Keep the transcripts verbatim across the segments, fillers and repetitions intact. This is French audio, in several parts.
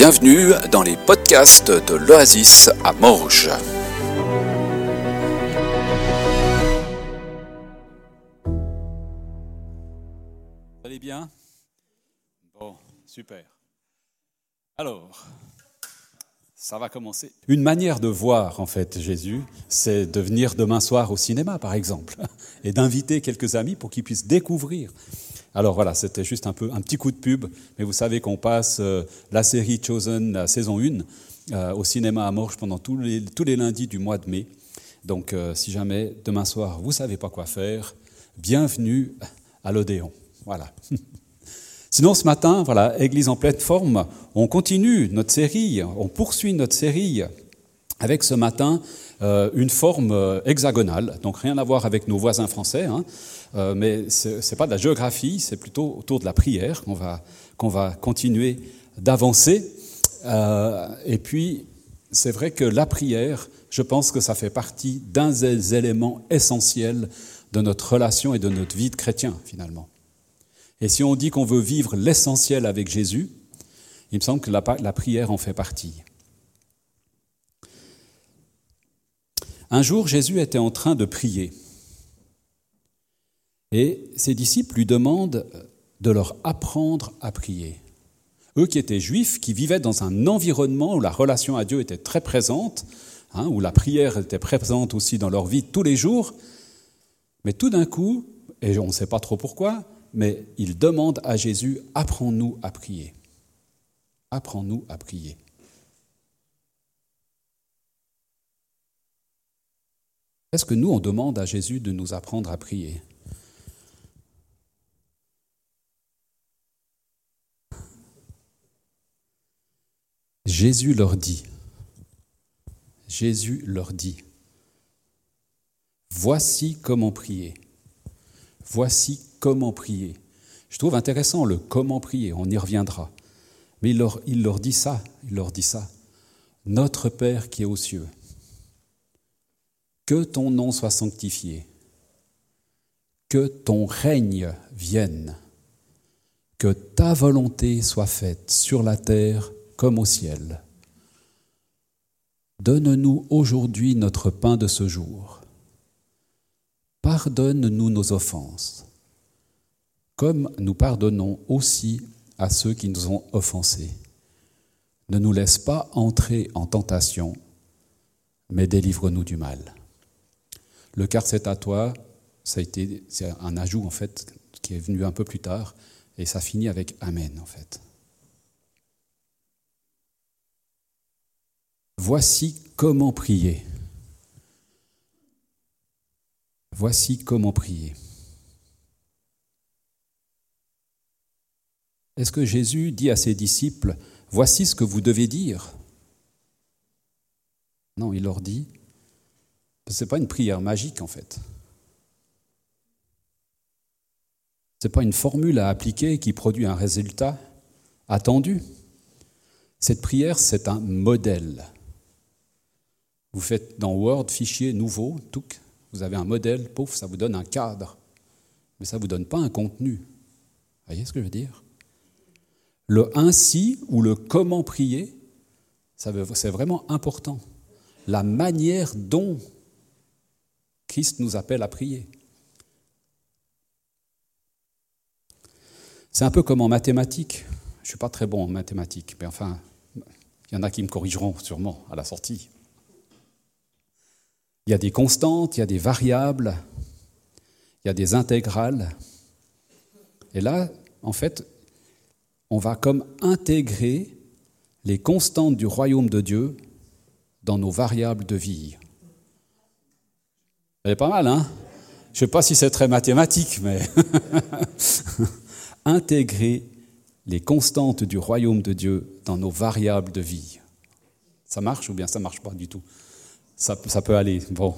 Bienvenue dans les podcasts de l'Oasis à Morges. Vous allez bien? Bon, super. Alors, ça va commencer. Une manière de voir, en fait, Jésus, c'est de venir demain soir au cinéma, par exemple, et d'inviter quelques amis pour qu'ils puissent découvrir. Alors voilà, c'était juste un peu un petit coup de pub, mais vous savez qu'on passe euh, la série Chosen, la saison un, euh, au cinéma à Morges pendant tous les, tous les lundis du mois de mai. Donc euh, si jamais demain soir vous ne savez pas quoi faire, bienvenue à l'Odéon. Voilà. Sinon ce matin, voilà, Église en pleine forme, on continue notre série, on poursuit notre série avec ce matin euh, une forme euh, hexagonale, donc rien à voir avec nos voisins français, hein. Euh, mais ce n'est pas de la géographie, c'est plutôt autour de la prière qu'on va, qu'on va continuer d'avancer. Euh, et puis, c'est vrai que la prière, je pense que ça fait partie d'un des éléments essentiels de notre relation et de notre vie de chrétien, finalement. Et si on dit qu'on veut vivre l'essentiel avec Jésus, il me semble que la, la prière en fait partie. Un jour, Jésus était en train de prier. Et ses disciples lui demandent de leur apprendre à prier. Eux qui étaient juifs, qui vivaient dans un environnement où la relation à Dieu était très présente, hein, où la prière était présente aussi dans leur vie tous les jours, mais tout d'un coup, et on ne sait pas trop pourquoi, mais ils demandent à Jésus, apprends-nous à prier. Apprends-nous à prier. Est-ce que nous, on demande à Jésus de nous apprendre à prier ? Jésus leur dit, Jésus leur dit, voici comment prier, voici comment prier. Je trouve intéressant le comment prier, on y reviendra. Mais il leur, il leur dit ça, il leur dit ça. Notre Père qui est aux cieux, que ton nom soit sanctifié, que ton règne vienne, que ta volonté soit faite sur la terre comme au ciel. Donne-nous aujourd'hui notre pain de ce jour. Pardonne-nous nos offenses, comme nous pardonnons aussi à ceux qui nous ont offensés. Ne nous laisse pas entrer en tentation, mais délivre-nous du mal. Le car c'est à toi, ça a été, c'est un ajout en fait qui est venu un peu plus tard, et ça finit avec Amen en fait. Voici comment prier. Voici comment prier. Est-ce que Jésus dit à ses disciples, voici ce que vous devez dire? Non, il leur dit, ce n'est pas une prière magique en fait. Ce n'est pas une formule à appliquer qui produit un résultat attendu. Cette prière, c'est un modèle. Vous faites dans Word, fichier nouveau, touc, vous avez un modèle, pouf, ça vous donne un cadre. Mais ça ne vous donne pas un contenu. Vous voyez ce que je veux dire? Le ainsi ou le comment prier, ça veut, c'est vraiment important. La manière dont Christ nous appelle à prier. C'est un peu comme en mathématiques. Je ne suis pas très bon en mathématiques, mais enfin, il y en a qui me corrigeront sûrement à la sortie. Il y a des constantes, il y a des variables, il y a des intégrales. Et là, en fait, on va comme intégrer les constantes du royaume de Dieu dans nos variables de vie. Elle est pas mal, hein? Je ne sais pas si c'est très mathématique, mais intégrer les constantes du royaume de Dieu dans nos variables de vie. Ça marche ou bien ça ne marche pas du tout? Ça, ça peut aller. Bon.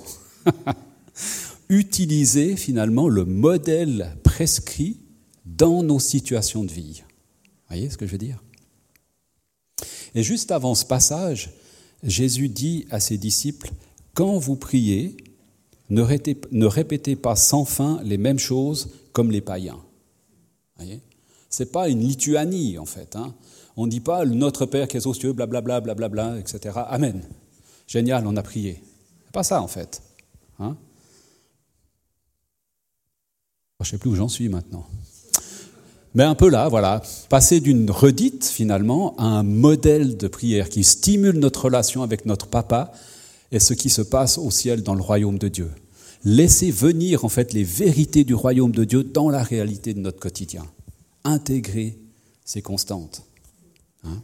Utiliser finalement le modèle prescrit dans nos situations de vie. Vous voyez ce que je veux dire? Et juste avant ce passage, Jésus dit à ses disciples, quand vous priez, ne répétez, ne répétez pas sans fin les mêmes choses comme les païens. Vous voyez? Ce n'est pas une lituanie, en fait. Hein. On ne dit pas « Notre Père qui est aux cieux, blablabla, blablabla, et cetera. Amen. Génial, on a prié. » Ce n'est pas ça, en fait. Hein. Je ne sais plus où j'en suis maintenant. Mais un peu là, voilà. Passer d'une redite, finalement, à un modèle de prière qui stimule notre relation avec notre papa et ce qui se passe au ciel dans le royaume de Dieu. Laisser venir, en fait, les vérités du royaume de Dieu dans la réalité de notre quotidien. Intégrer ces constantes. Hein?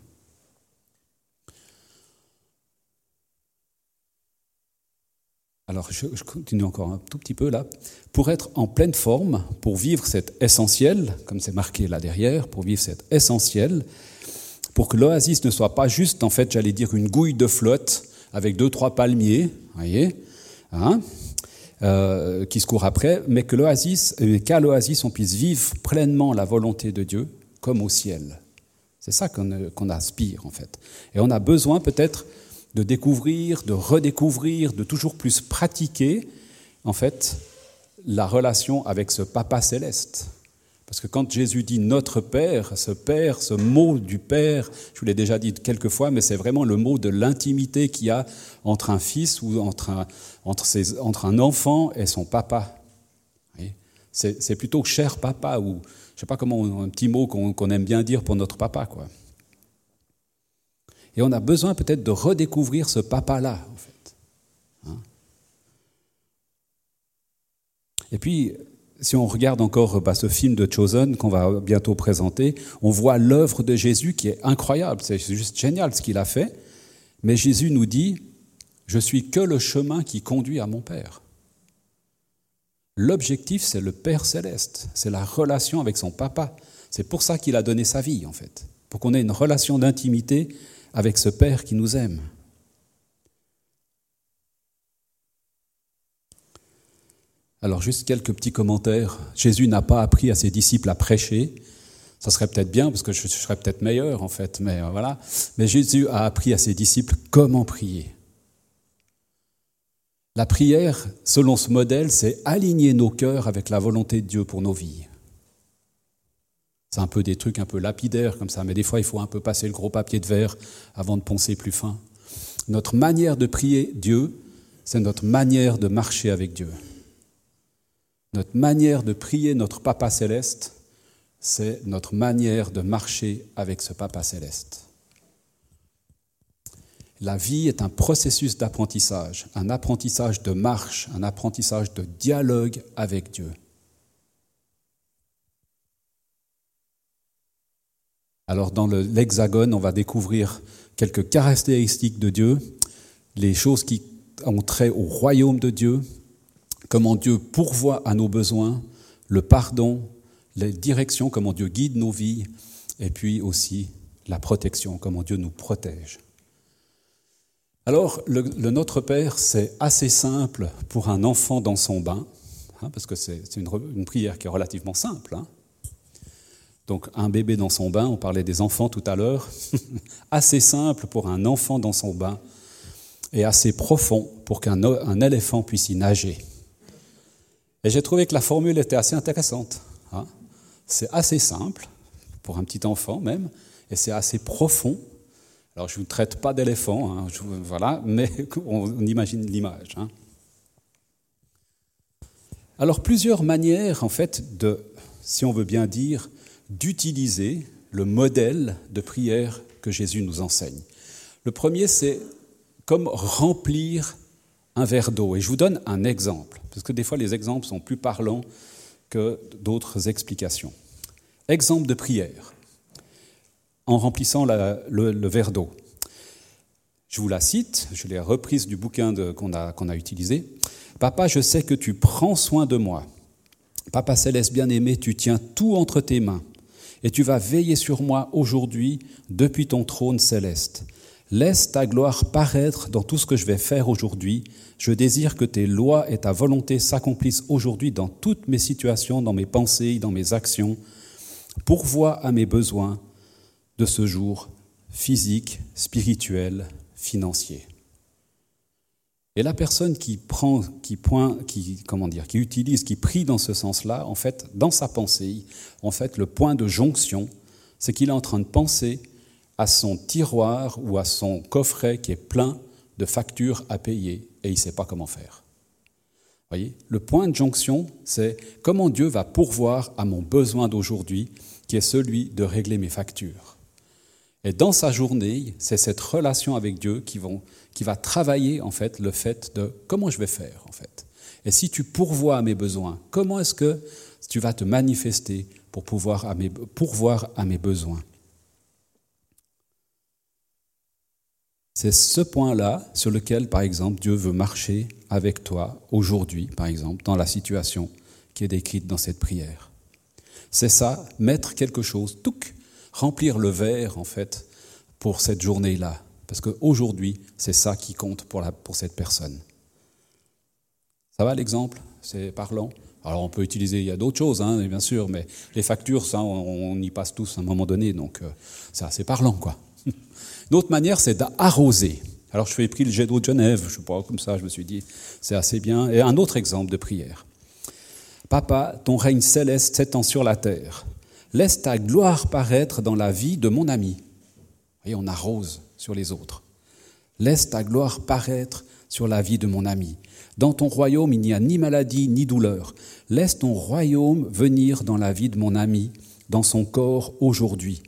Alors, je, je continue encore un tout petit peu là. Pour être en pleine forme, pour vivre cet essentiel, comme c'est marqué là derrière, pour vivre cet essentiel, pour que l'oasis ne soit pas juste, en fait, j'allais dire, une gouille de flotte avec deux, trois palmiers, vous voyez, hein, euh, qui se courent après, mais que l'oasis, qu'à l'oasis, on puisse vivre pleinement la volonté de Dieu, comme au ciel. C'est ça qu'on, qu'on aspire, en fait. Et on a besoin, peut-être, de découvrir, de redécouvrir, de toujours plus pratiquer, en fait, la relation avec ce Papa céleste. Parce que quand Jésus dit « notre Père », ce Père, ce mot du Père, je vous l'ai déjà dit quelques fois, mais c'est vraiment le mot de l'intimité qu'il y a entre un fils ou entre un, entre ses, entre un enfant et son papa. C'est, c'est plutôt « cher papa » ou je ne sais pas comment, un petit mot qu'on, qu'on aime bien dire pour notre papa, quoi. Et on a besoin peut-être de redécouvrir ce papa-là, en fait. Hein? Et puis, si on regarde encore bah, ce film de Chosen qu'on va bientôt présenter, on voit l'œuvre de Jésus qui est incroyable. C'est juste génial ce qu'il a fait. Mais Jésus nous dit « Je suis que le chemin qui conduit à mon Père ». L'objectif, c'est le Père céleste. C'est la relation avec son papa. C'est pour ça qu'il a donné sa vie, en fait. Pour qu'on ait une relation d'intimité avec ce Père qui nous aime. Alors, juste quelques petits commentaires. Jésus n'a pas appris à ses disciples à prêcher. Ça serait peut-être bien, parce que je serais peut-être meilleur, en fait, mais voilà. Mais Jésus a appris à ses disciples comment prier. La prière, selon ce modèle, c'est aligner nos cœurs avec la volonté de Dieu pour nos vies. C'est un peu des trucs un peu lapidaires comme ça, mais des fois, il faut un peu passer le gros papier de verre avant de poncer plus fin. Notre manière de prier Dieu, c'est notre manière de marcher avec Dieu. Notre manière de prier notre Papa céleste, c'est notre manière de marcher avec ce Papa céleste. La vie est un processus d'apprentissage, un apprentissage de marche, un apprentissage de dialogue avec Dieu. Alors dans le, l'Hexagone, on va découvrir quelques caractéristiques de Dieu, les choses qui ont trait au royaume de Dieu, comment Dieu pourvoit à nos besoins, le pardon, les directions, comment Dieu guide nos vies, et puis aussi la protection, comment Dieu nous protège. Alors, le, le Notre Père, c'est assez simple pour un enfant dans son bain, hein, parce que c'est, c'est une, une prière qui est relativement simple, hein. Donc, un bébé dans son bain, on parlait des enfants tout à l'heure, assez simple pour un enfant dans son bain et assez profond pour qu'un un éléphant puisse y nager. Et j'ai trouvé que la formule était assez intéressante. Hein. C'est assez simple, pour un petit enfant même, et c'est assez profond. Alors, je ne vous traite pas d'éléphant, hein, je, voilà, mais on, on imagine l'image. Hein. Alors, plusieurs manières, en fait, de, si on veut bien dire, d'utiliser le modèle de prière que Jésus nous enseigne. Le premier, c'est comme remplir un verre d'eau. Et je vous donne un exemple, parce que des fois, les exemples sont plus parlants que d'autres explications. Exemple de prière, en remplissant la, le, le verre d'eau. Je vous la cite, je l'ai reprise du bouquin de, qu'on a, qu'on a utilisé. « Papa, je sais que tu prends soin de moi. Papa céleste bien-aimé, tu tiens tout entre tes mains. Et tu vas veiller sur moi aujourd'hui depuis ton trône céleste. Laisse ta gloire paraître dans tout ce que je vais faire aujourd'hui. Je désire que tes lois et ta volonté s'accomplissent aujourd'hui dans toutes mes situations, dans mes pensées, dans mes actions. Pourvois à mes besoins de ce jour, physiques, spirituels, financiers. » Et la personne qui prend, qui point, qui comment dire, qui utilise, qui prie dans ce sens-là, en fait, dans sa pensée, en fait, le point de jonction, c'est qu'il est en train de penser à son tiroir ou à son coffret qui est plein de factures à payer et il ne sait pas comment faire. Voyez, le point de jonction, c'est comment Dieu va pourvoir à mon besoin d'aujourd'hui, qui est celui de régler mes factures. Et dans sa journée, c'est cette relation avec Dieu qui, vont, qui va travailler en fait le fait de comment je vais faire en fait. Et si tu pourvois à mes besoins, comment est-ce que tu vas te manifester pour pouvoir à mes, pourvoir à mes besoins? C'est ce point-là sur lequel, par exemple, Dieu veut marcher avec toi aujourd'hui, par exemple, dans la situation qui est décrite dans cette prière. C'est ça, mettre quelque chose, touc, remplir le verre, en fait, pour cette journée-là. Parce qu'aujourd'hui, c'est ça qui compte pour, la, pour cette personne. Ça va l'exemple? C'est parlant? Alors on peut utiliser, il y a d'autres choses, hein, bien sûr, mais les factures, ça, on, on y passe tous à un moment donné, donc euh, c'est assez parlant, quoi. Une autre manière, c'est d'arroser. Alors, je fais pris le jet d'eau de Genève, je ne sais pas, comme ça, je me suis dit, c'est assez bien. Et un autre exemple de prière. Papa, ton règne céleste s'étend sur la terre. Laisse ta gloire paraître dans la vie de mon ami. Vous voyez, on arrose sur les autres. Laisse ta gloire paraître sur la vie de mon ami. Dans ton royaume, il n'y a ni maladie, ni douleur. Laisse ton royaume venir dans la vie de mon ami, dans son corps aujourd'hui.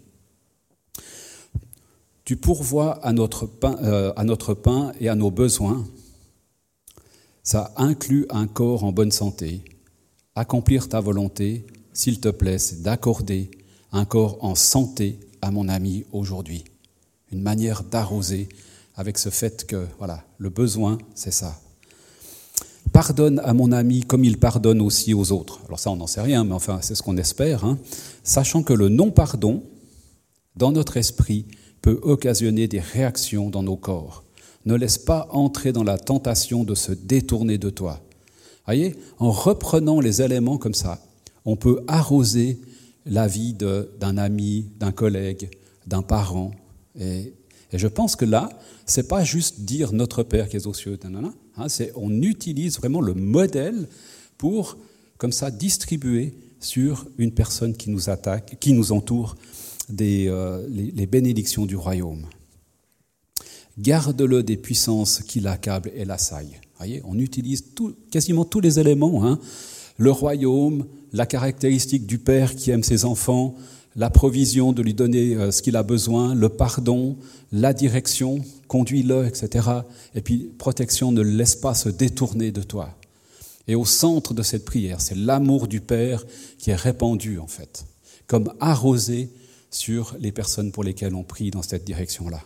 Tu pourvois à notre pain, euh, à notre pain et à nos besoins. Ça inclut un corps en bonne santé. Accomplir ta volonté, s'il te plaît, c'est d'accorder un corps en santé à mon ami aujourd'hui. Une manière d'arroser avec ce fait que, voilà, le besoin, c'est ça. Pardonne à mon ami comme il pardonne aussi aux autres. Alors ça, on n'en sait rien, mais enfin, c'est ce qu'on espère, hein. Sachant que le non-pardon, dans notre esprit, peut occasionner des réactions dans nos corps. Ne laisse pas entrer dans la tentation de se détourner de toi. Voyez, en reprenant les éléments comme ça, on peut arroser la vie de, d'un ami, d'un collègue, d'un parent. Et, et je pense que là, c'est pas juste dire notre Père qui est aux cieux, hein, c'est, on utilise vraiment le modèle pour, comme ça, distribuer sur une personne qui nous attaque, qui nous entoure, Des, euh, les, les bénédictions du royaume. Garde-le des puissances qui l'accablent et l'assaillent. Voyez, on utilise tout, quasiment tous les éléments. Hein. Le royaume, la caractéristique du père qui aime ses enfants, la provision de lui donner euh, ce qu'il a besoin, le pardon, la direction, conduis-le, et cetera. Et puis, protection, ne le laisse pas se détourner de toi. Et au centre de cette prière, c'est l'amour du Père qui est répandu, en fait, comme arrosé sur les personnes pour lesquelles on prie dans cette direction-là.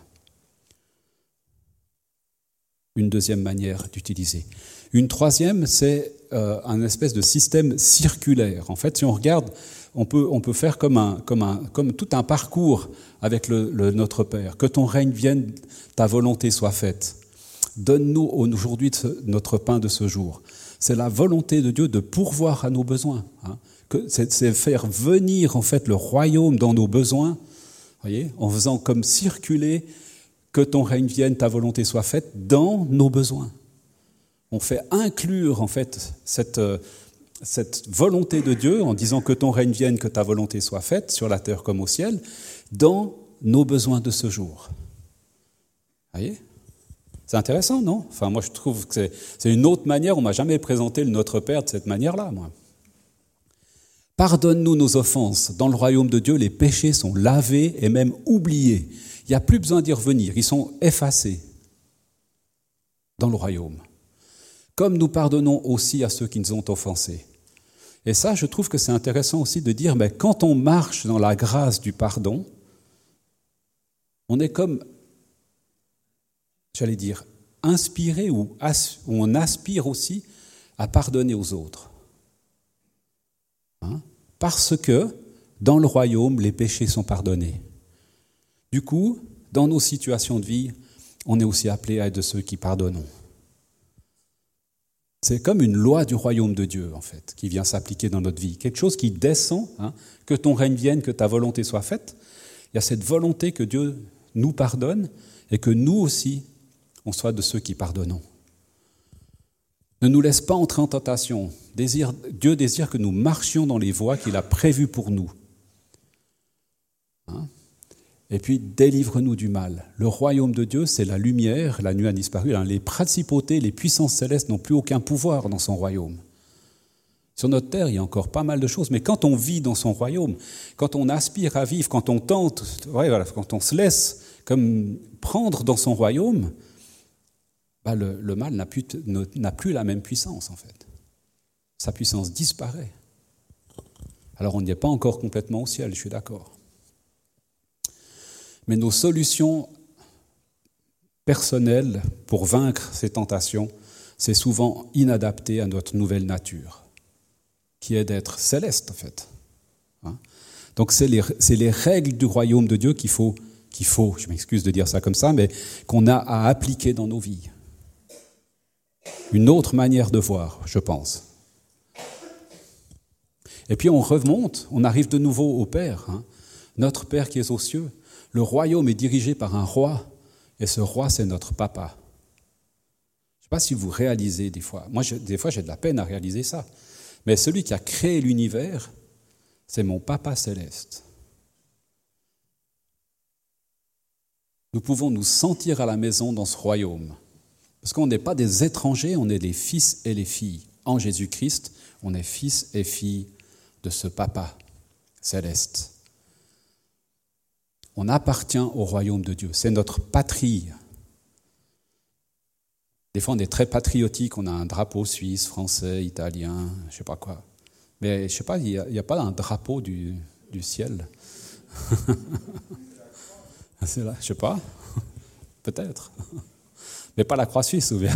Une deuxième manière d'utiliser. Une troisième, c'est euh, un espèce de système circulaire. En fait, si on regarde, on peut, on peut faire comme, un, comme, un, comme tout un parcours avec le, le, notre Père. Que ton règne vienne, ta volonté soit faite. Donne-nous aujourd'hui notre pain de ce jour. C'est la volonté de Dieu de pourvoir à nos besoins. Hein. Que c'est, c'est faire venir en fait le royaume dans nos besoins, voyez, en faisant comme circuler que ton règne vienne, ta volonté soit faite dans nos besoins. On fait inclure en fait cette, cette volonté de Dieu en disant que ton règne vienne, que ta volonté soit faite sur la terre comme au ciel, dans nos besoins de ce jour. Voyez ? C'est intéressant, non ? Enfin, moi je trouve que c'est, c'est une autre manière. On m'a jamais présenté le Notre Père de cette manière-là, moi. Pardonne-nous nos offenses. Dans le royaume de Dieu, les péchés sont lavés et même oubliés. Il n'y a plus besoin d'y revenir. Ils sont effacés dans le royaume. Comme nous pardonnons aussi à ceux qui nous ont offensés. Et ça, je trouve que c'est intéressant aussi de dire, mais quand on marche dans la grâce du pardon, on est comme, j'allais dire, inspiré ou, as, ou on aspire aussi à pardonner aux autres. Hein? Parce que dans le royaume, les péchés sont pardonnés. Du coup, dans nos situations de vie, on est aussi appelé à être de ceux qui pardonnons. C'est comme une loi du royaume de Dieu, en fait, qui vient s'appliquer dans notre vie. Quelque chose qui descend, hein, que ton règne vienne, que ta volonté soit faite. Il y a cette volonté que Dieu nous pardonne et que nous aussi, on soit de ceux qui pardonnons. Ne nous laisse pas entrer en tentation. Désire, Dieu désire que nous marchions dans les voies qu'il a prévues pour nous. Hein? Et puis, délivre-nous du mal. Le royaume de Dieu, c'est la lumière, la nuit a disparu. Hein? Les principautés, les puissances célestes n'ont plus aucun pouvoir dans son royaume. Sur notre terre, il y a encore pas mal de choses, mais quand on vit dans son royaume, quand on aspire à vivre, quand on tente, ouais, voilà, quand on se laisse comme prendre dans son royaume, bah le, le mal n'a plus, n'a plus la même puissance en fait. Sa puissance disparaît. Alors on n'y est pas encore complètement au ciel, je suis d'accord. Mais nos solutions personnelles pour vaincre ces tentations, c'est souvent inadapté à notre nouvelle nature, qui est d'être céleste en fait. Hein? Donc c'est les, c'est les règles du royaume de Dieu qu'il faut, qu'il faut, je m'excuse de dire ça comme ça, mais qu'on a à appliquer dans nos vies. Une autre manière de voir, je pense. Et puis on remonte, on arrive de nouveau au Père, hein? Notre Père qui est aux cieux. Le royaume est dirigé par un roi, et ce roi c'est notre papa. Je ne sais pas si vous réalisez des fois, moi je, des fois j'ai de la peine à réaliser ça, mais celui qui a créé l'univers, c'est mon Papa céleste. Nous pouvons nous sentir à la maison dans ce royaume, parce qu'on n'est pas des étrangers, on est les fils et les filles. En Jésus-Christ, on est fils et filles de ce Papa céleste. On appartient au royaume de Dieu, c'est notre patrie. Des fois, on est très patriotique, on a un drapeau suisse, français, italien, je ne sais pas quoi. Mais je ne sais pas, il n'y a, a pas un drapeau du, du ciel. C'est là, je ne sais pas, peut-être. Mais pas la croix suisse, ou bien.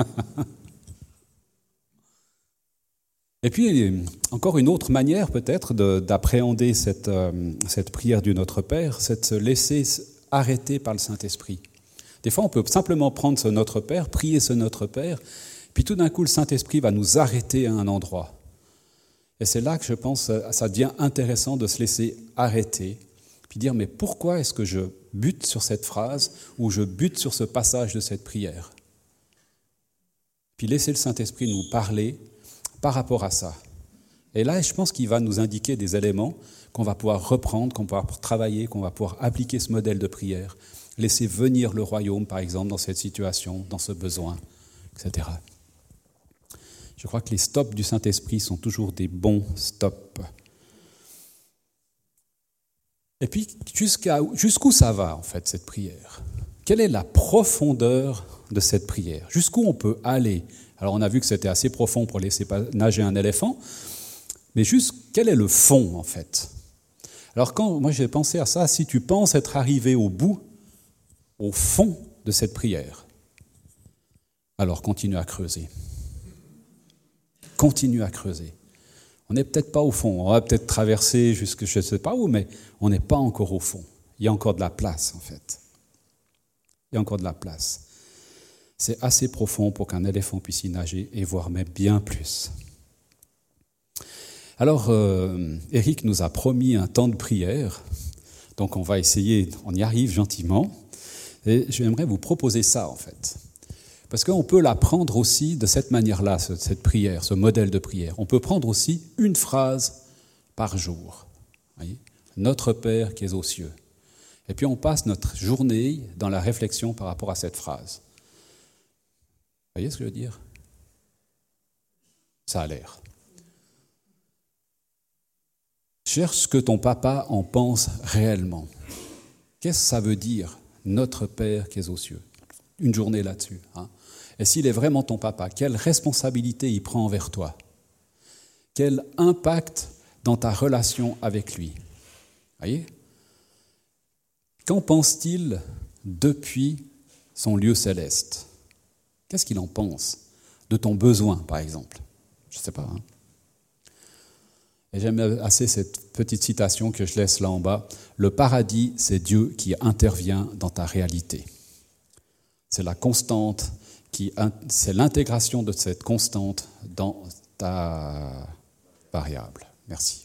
Et puis, encore une autre manière peut-être de, d'appréhender cette, euh, cette prière du Notre Père, c'est de se laisser arrêter par le Saint-Esprit. Des fois, on peut simplement prendre ce Notre Père, prier ce Notre Père, puis tout d'un coup, le Saint-Esprit va nous arrêter à un endroit. Et c'est là que je pense que ça devient intéressant de se laisser arrêter, puis dire, mais pourquoi est-ce que je bute sur cette phrase ou je bute sur ce passage de cette prière? Puis laisser le Saint-Esprit nous parler par rapport à ça. Et là, je pense qu'il va nous indiquer des éléments qu'on va pouvoir reprendre, qu'on va pouvoir travailler, qu'on va pouvoir appliquer ce modèle de prière, laisser venir le royaume, par exemple, dans cette situation, dans ce besoin, et cetera. Je crois que les stops du Saint-Esprit sont toujours des bons stops. Et puis, jusqu'à, jusqu'où ça va, en fait, cette prière? Quelle est la profondeur de cette prière? Jusqu'où on peut aller? Alors, on a vu que c'était assez profond pour laisser nager un éléphant, mais juste, quel est le fond, en fait? Alors, quand moi j'ai pensé à ça, si tu penses être arrivé au bout, au fond de cette prière, alors continue à creuser. Continue à creuser. On n'est peut-être pas au fond, on va peut-être traverser jusque je ne sais pas où, mais on n'est pas encore au fond. Il y a encore de la place, en fait. Il y a encore de la place. C'est assez profond pour qu'un éléphant puisse y nager, et voire même bien plus. Alors, euh, Eric nous a promis un temps de prière, donc on va essayer, on y arrive gentiment, et j'aimerais vous proposer ça, en fait. Parce qu'on peut la prendre aussi de cette manière-là, cette prière, ce modèle de prière. On peut prendre aussi une phrase par jour. Voyez ? Notre Père qui es aux cieux. Et puis on passe notre journée dans la réflexion par rapport à cette phrase. Vous voyez ce que je veux dire? Ça a l'air. Cherche ce que ton papa en pense réellement. Qu'est-ce que ça veut dire, notre Père qui es aux cieux? Une journée là-dessus. Hein. Et s'il est vraiment ton papa, quelle responsabilité il prend envers toi? Quel impact dans ta relation avec lui? Voyez? Qu'en pense-t-il depuis son lieu céleste? Qu'est-ce qu'il en pense de ton besoin, par exemple? Je ne sais pas. Hein. Et j'aime assez cette petite citation que je laisse là en bas. Le paradis, c'est Dieu qui intervient dans ta réalité. C'est la constante, qui, c'est l'intégration de cette constante dans ta variable. Merci.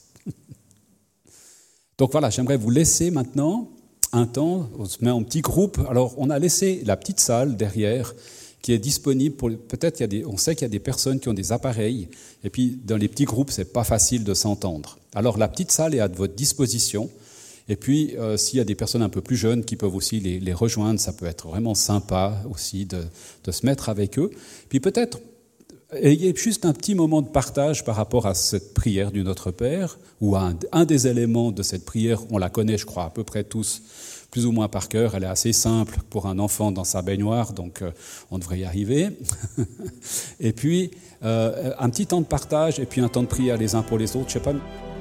Donc voilà, j'aimerais vous laisser maintenant un temps, on se met en petit groupe. Alors on a laissé la petite salle derrière, qui est disponible pour peut-être il y a des, on sait qu'il y a des personnes qui ont des appareils et puis dans les petits groupes c'est pas facile de s'entendre. Alors la petite salle est à votre disposition et puis euh, s'il y a des personnes un peu plus jeunes qui peuvent aussi les, les rejoindre, ça peut être vraiment sympa aussi de, de se mettre avec eux. Puis peut-être ayez juste un petit moment de partage par rapport à cette prière du Notre Père ou à un, un des éléments de cette prière, on la connaît je crois à peu près tous plus ou moins par cœur, elle est assez simple pour un enfant dans sa baignoire, donc euh, on devrait y arriver. Et puis, euh, un petit temps de partage et puis un temps de prière les uns pour les autres, je sais pas.